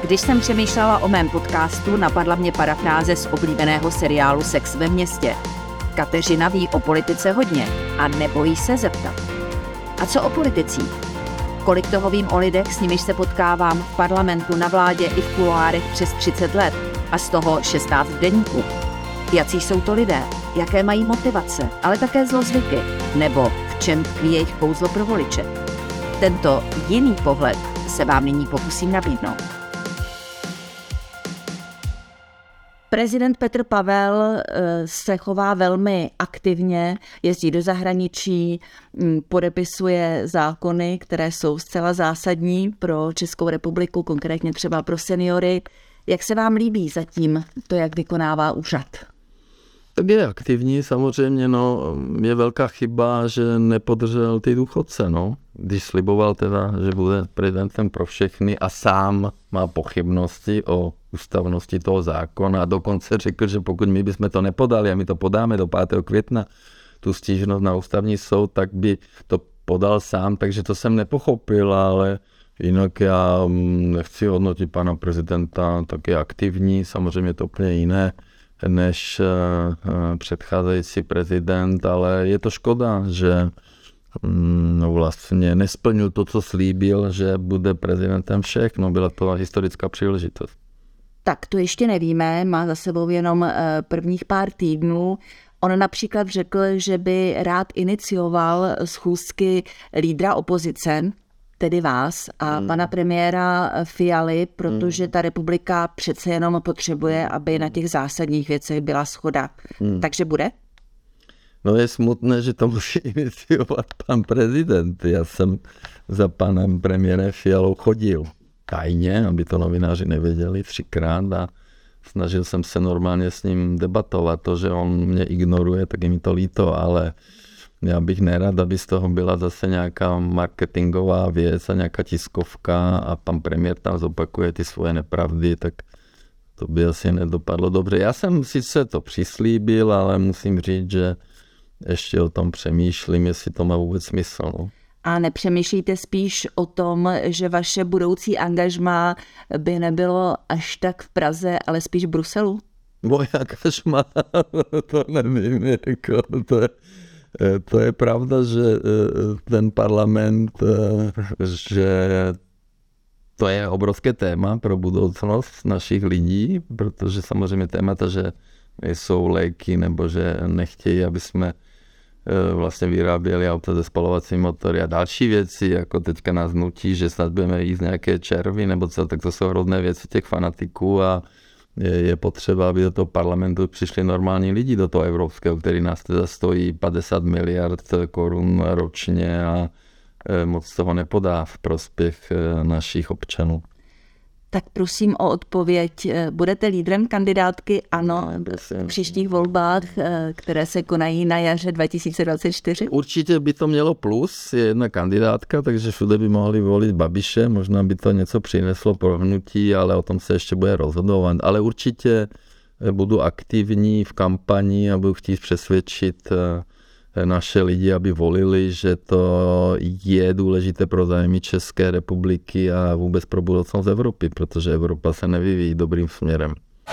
Když jsem přemýšlela o mém podcastu, napadla mě parafráze z oblíbeného seriálu Sex ve městě. Kateřina ví o politice hodně a nebojí se zeptat. A co o politicích? Kolik toho vím o lidech, s nimiž se potkávám v parlamentu, na vládě i v kuloárech přes 30 let a z toho 16 v deníku. Jací jsou to lidé, jaké mají motivace, ale také zlozvyky, nebo v čem tkví jejich kouzlo pro voliče. Tento jiný pohled se vám nyní pokusím nabídnout. Prezident Petr Pavel se chová velmi aktivně, jezdí do zahraničí, podepisuje zákony, které jsou zcela zásadní pro Českou republiku, konkrétně třeba pro seniory. Jak se vám líbí zatím to, jak vykonává úřad? Tak je aktivní samozřejmě, je velká chyba, že nepodržel ty důchodce, Když sliboval teda, že bude prezidentem pro všechny a sám má pochybnosti o ústavnosti toho zákona a dokonce řekl, že pokud my bychom to nepodali a my to podáme do 5. května, tu stížnost na ústavní soud, tak by to podal sám, takže to jsem nepochopil, ale jinak já nechci hodnotit pana prezidenta, tak je aktivní, samozřejmě to úplně jiné než předcházející prezident, ale je to škoda, že vlastně nesplnil to, co slíbil, že bude prezidentem všech. Byla to historická příležitost. Tak to ještě nevíme, má za sebou jenom prvních pár týdnů. On například řekl, že by rád inicioval schůzky lídra opozice, tedy vás a pana premiéra Fialy, protože ta republika přece jenom potřebuje, aby na těch zásadních věcech byla shoda. Takže bude? Je smutné, že to musí iniciovat pan prezident. Já jsem za panem premiérem Fialou chodil tajně, aby to novináři nevěděli, 3krát a snažil jsem se normálně s ním debatovat. To, že on mě ignoruje, tak je mi to líto, ale já bych nerad, aby z toho byla zase nějaká marketingová věc a nějaká tiskovka a pan premiér tam zopakuje ty svoje nepravdy, tak to by asi nedopadlo dobře. Já jsem sice to přislíbil, ale musím říct, že ještě o tom přemýšlím, jestli to má vůbec smysl. A nepřemýšlíte spíš o tom, že vaše budoucí angažmá by nebylo až tak v Praze, ale spíš v Bruselu? Moje angažmá, to nevím, to je pravda, že ten parlament, že to je obrovské téma pro budoucnost našich lidí, protože samozřejmě témata, že jsou léky nebo že nechtějí, aby jsme vlastně vyráběli auta ze spalovacími motory a další věci, jako teďka nás nutí, že snad budeme jíst nějaké červy nebo co, tak to jsou hrozné věci těch fanatiků a je potřeba, aby do toho parlamentu přišli normální lidi, do toho evropského, který nás teda stojí 50 miliard korun ročně a moc toho nepodá v prospěch našich občanů. Tak prosím o odpověď. Budete lídrem kandidátky ANO v příštích volbách, které se konají na jaře 2024? Určitě by to mělo plus, je jedna kandidátka, takže všude by mohli volit Babiše, možná by to něco přineslo pro hnutí, ale o tom se ještě bude rozhodovat. Ale určitě budu aktivní v kampani a budu chtít přesvědčit naše lidi, aby volili, že to je důležité pro zájmy České republiky a vůbec pro budoucnost Evropy, protože Evropa se nevyvíjí dobrým směrem.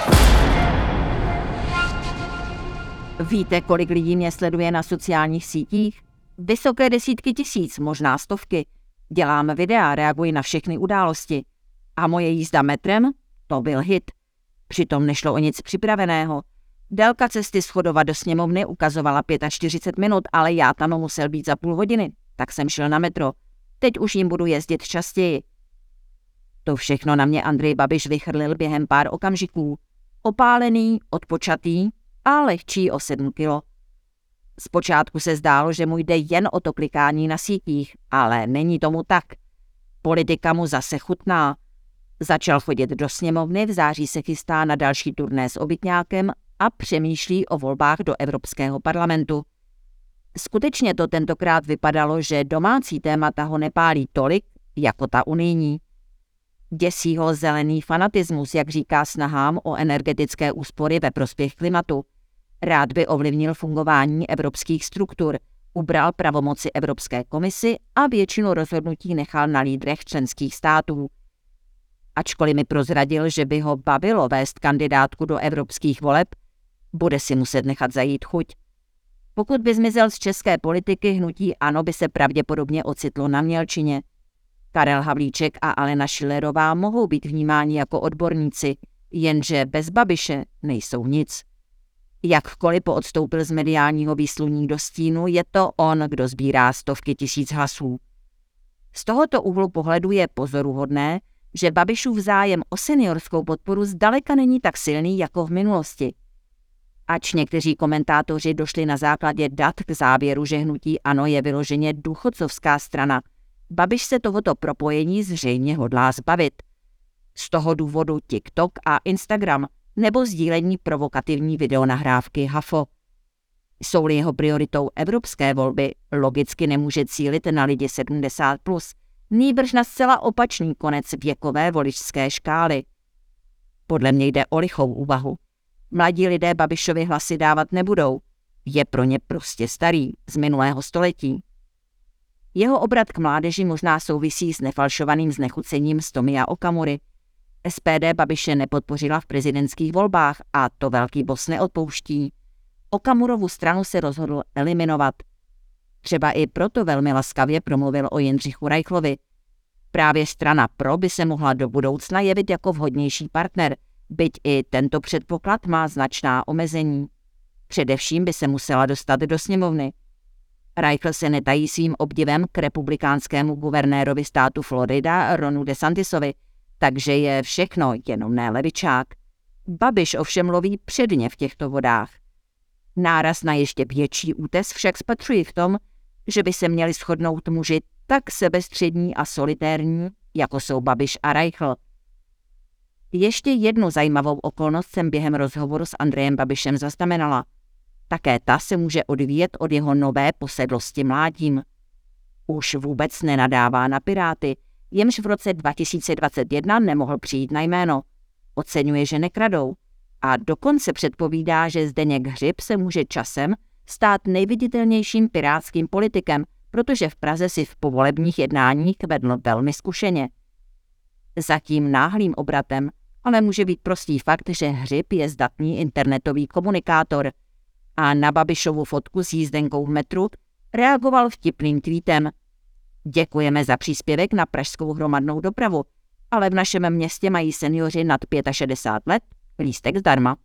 Víte, kolik lidí mě sleduje na sociálních sítích? Vysoké desítky tisíc, možná stovky. Dělám videa, reaguji na všechny události. A moje jízda metrem? To byl hit. Přitom nešlo o nic připraveného. Délka cesty z Chodova do sněmovny ukazovala 45 minut, ale já tam musel být za půl hodiny, tak jsem šel na metro. Teď už jim budu jezdit častěji. To všechno na mě Andrej Babiš vychrlil během pár okamžiků. Opálený, odpočatý a lehčí o 7 kilo. Zpočátku se zdálo, že mu jde jen o to klikání na sítích, ale není tomu tak. Politika mu zase chutná. Začal chodit do sněmovny, v září se chystá na další turné s obytňákem a přemýšlí o volbách do Evropského parlamentu. Skutečně to tentokrát vypadalo, že domácí témata ho nepálí tolik, jako ta unijní. Děsí ho zelený fanatismus, jak říká snahám o energetické úspory ve prospěch klimatu. Rád by ovlivnil fungování evropských struktur, ubral pravomoci Evropské komisi a většinu rozhodnutí nechal na lídrech členských států. Ačkoliv mi prozradil, že by ho bavilo vést kandidátku do evropských voleb, bude si muset nechat zajít chuť. Pokud by zmizel z české politiky, hnutí ANO by se pravděpodobně ocitlo na mělčině. Karel Havlíček a Alena Schillerová mohou být vnímáni jako odborníci, jenže bez Babiše nejsou nic. Jakkoliv poodstoupil z mediálního výsluní do stínu, je to on, kdo sbírá stovky tisíc hlasů. Z tohoto úhlu pohledu je pozoruhodné, že Babišův zájem o seniorskou podporu zdaleka není tak silný jako v minulosti. Ač někteří komentátoři došli na základě dat k závěru, že hnutí ANO je vyloženě důchodcovská strana, Babiš se tohoto propojení zřejmě hodlá zbavit. Z toho důvodu TikTok a Instagram nebo sdílení provokativní videonahrávky Hafo. Jsou-li jeho prioritou evropské volby, logicky nemůže cílit na lidi 70+, nýbrž na zcela opačný konec věkové voličské škály. Podle mě jde o lichou úvahu. Mladí lidé Babišovi hlasy dávat nebudou. Je pro ně prostě starý, z minulého století. Jeho obrat k mládeži možná souvisí s nefalšovaným znechucením z Tomia Okamury. SPD Babiše nepodpořila v prezidentských volbách a to velký boss neodpouští. Okamurovu stranu se rozhodl eliminovat. Třeba i proto velmi laskavě promluvil o Jindřichu Reichlovi. Právě strana Pro by se mohla do budoucna jevit jako vhodnější partner, byť i tento předpoklad má značná omezení. Především by se musela dostat do sněmovny. Reichl se netají svým obdivem k republikánskému guvernérovi státu Florida Ronu DeSantisovi, takže je všechno jenom ne levičák. Babiš ovšem loví předně v těchto vodách. Náraz na ještě větší útes však spatřuji v tom, že by se měli shodnout muži tak sebestřední a solitérní, jako jsou Babiš a Reichl. Ještě jednu zajímavou okolnost jsem během rozhovoru s Andrejem Babišem zaznamenala. Také ta se může odvíjet od jeho nové posedlosti mládím. Už vůbec nenadává na Piráty, jimž v roce 2021 nemohl přijít na jméno. Oceňuje, že nekradou. A dokonce předpovídá, že Zdeněk Hřib se může časem stát nejviditelnějším pirátským politikem, protože v Praze si v povolebních jednáních vedl velmi zkušeně. Za tím náhlým obratem ale může být prostý fakt, že Hřib je zdatný internetový komunikátor a na Babišovu fotku s jízdenkou v metru reagoval vtipným tweetem. Děkujeme za příspěvek na pražskou hromadnou dopravu, ale v našem městě mají seniori nad 65 let lístek zdarma.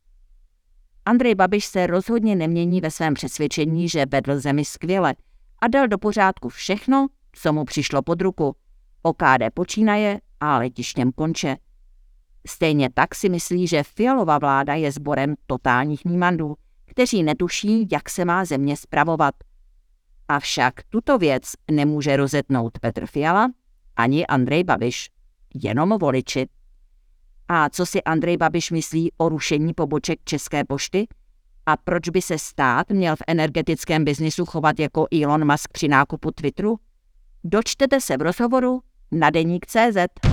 Andrej Babiš se rozhodně nemění ve svém přesvědčení, že vedl zemi skvěle a dal do pořádku všechno, co mu přišlo pod ruku. OKD počínaje a letištěm konče. Stejně tak si myslí, že Fialova vláda je sborem totálních nímandů, kteří netuší, jak se má země spravovat. Avšak tuto věc nemůže rozetnout Petr Fiala ani Andrej Babiš, jenom voliči. A co si Andrej Babiš myslí o rušení poboček České pošty? A proč by se stát měl v energetickém biznisu chovat jako Elon Musk při nákupu Twitteru? Dočtete se v rozhovoru na Deník.cz.